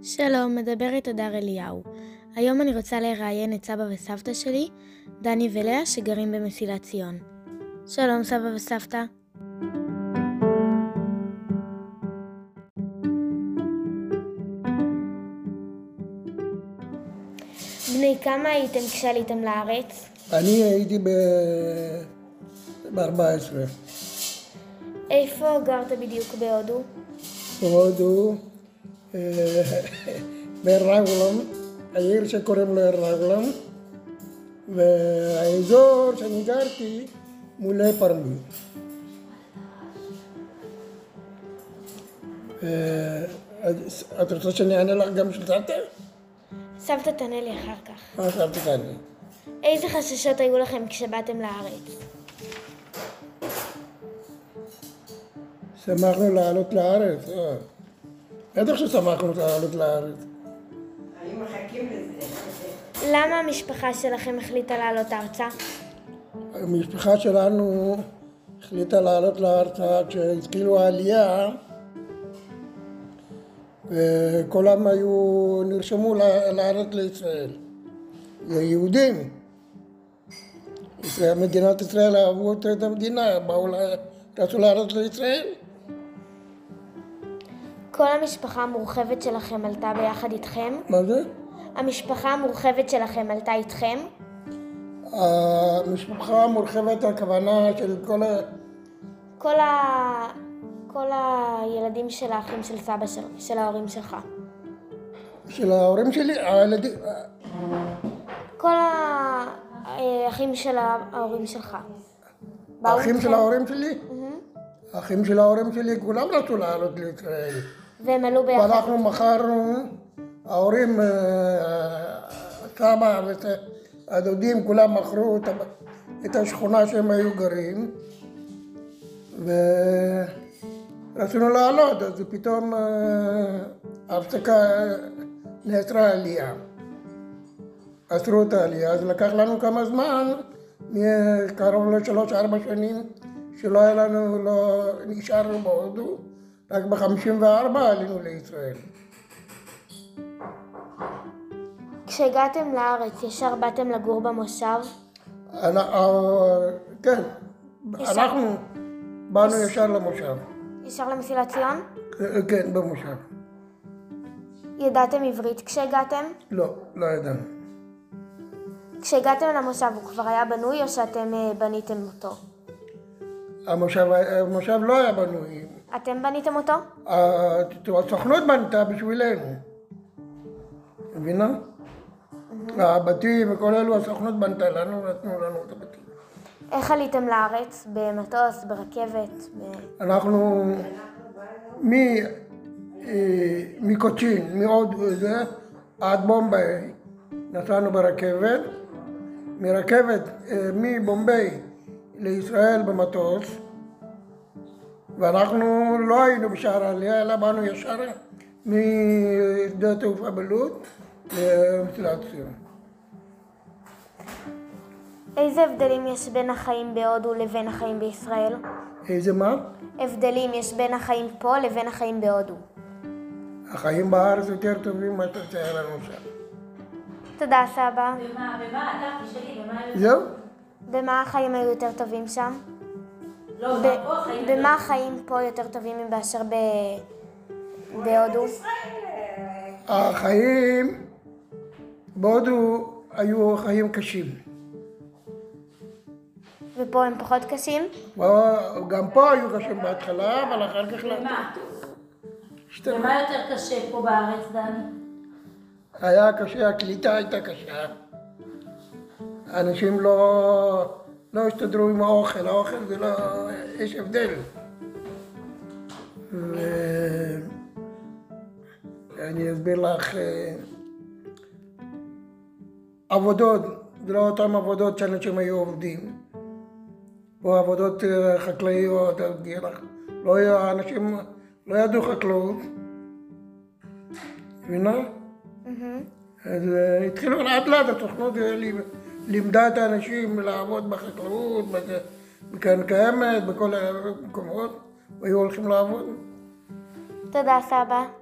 שלום, מדברת הדר אליהו. היום אני רוצה לראיין את סבא וסבתא שלי, דני ולאה, שגרים במסילת ציון. שלום סבא וסבתא. בני כמה הייתם כשעליתם לארץ? אני הייתי ב-14. איפה גרת בדיוק בהודו? בהודו, בארנגולם, העיר שקוראים לו ארנגולם, והאזור שאני גרתי מולי פרמי. את רוצה שאני אענה לך גם של סבתא? סבתא תענה לי אחר כך. מה סבתא תענה? איזה חששות היו לכם כשבאתם לארץ? שמחנו לעלות לארץ. בטח ששמחנו לעלות לארץ. היו מחכים לזה. למה המשפחה שלכם החליטה לעלות ארצה? המשפחה שלנו החליטה לעלות לארצה כשהתחילו העלייה, וכולם נרשמו לעלות לישראל. יהודים. מדינת ישראל אהבו את המדינה, רצו לעלות לישראל. כל המשפחה המורחבת שלכם עלתה ביחד איתכם? מה זה? המשפחה המורחבת שלכם עלתה איתכם? המשפחה המורחבת, הכוונה של כל הילדים של האחים של סבא של ההורים שלך. של ההורים שלי, הילדים. כל האחים של ההורים שלך. האחים של ההורים שלי? האחים של ההורים שלי כולם רצו לעלות לישראל. והם עלו ביחד. ואנחנו מכרנו, ההורים, סבא והדודים כולם מכרו את השכונה שהם היו גרים, ורצינו לעלות, אז פתאום ההפסקה נעצרה העלייה. עצרו את העלייה, אז לקח לנו כמה זמן, קרוב ל3-4 שנים, שלא היה לנו, לא נשארנו בהודו, רק ב-54 עלינו לישראל. כשהגעתם לארץ, ישר באתם לגור במושב? כן, אנחנו באנו ישר למושב. ישר למסילת ציון? כן, במושב. ידעתם עברית כשהגעתם? לא, לא ידענו. כשהגעתם למושב הוא כבר היה בנוי או שאתם בניתם אותו? המושב לא היה בנוי. אתם בניתם אותו? הסוכנות בנתה בשבילנו. מבינה? הבתים וכל אלו הסוכנות בנתה לנו ונתנו לנו את הבתים. איך עליתם לארץ? במטוס, ברכבת? אנחנו מקוצ'ין, מהודו עד בומביי נסענו ברכבת. מרכבת מבומביי לישראל במטוס, ואנחנו לא היינו בשער העלייה, אלא באנו ישר משדה התעופה בלוד למסילת ציון. איזה הבדלים יש בין החיים בהודו לבין החיים בישראל? איזה מה? הבדלים יש בין החיים פה לבין החיים בהודו. החיים בארץ יותר טובים ממה שהיה לנו שם. תודה סבא. במה אתה תשאלי, במה היו? זהו? במה החיים היו יותר טובים שם? לא, פה החיים... במה החיים פה יותר טובים מבאשר בהודו? החיים בהודו היו חיים קשים. ופה הם פחות קשים? גם פה היו קשים בהתחלה, אבל אחר כך... ומה יותר קשה פה בארץ, דני? היה קשה, הקליטה הייתה קשה. אנשים לא הסתדרו עם האוכל, האוכל זה לא... יש הבדל. אני אסביר לך, עבודות, זה לא אותן עבודות שאנשים היו עובדים. פה עבודות חקלאיות, אנשים לא ידעו חקלאות. מבינה? אז התחילו לאט הסוכנות לימדה את האנשים לעבוד בחקלאות, בקרן קיימת, בכל המקומות, והיו הולכים לעבוד. תודה סבא.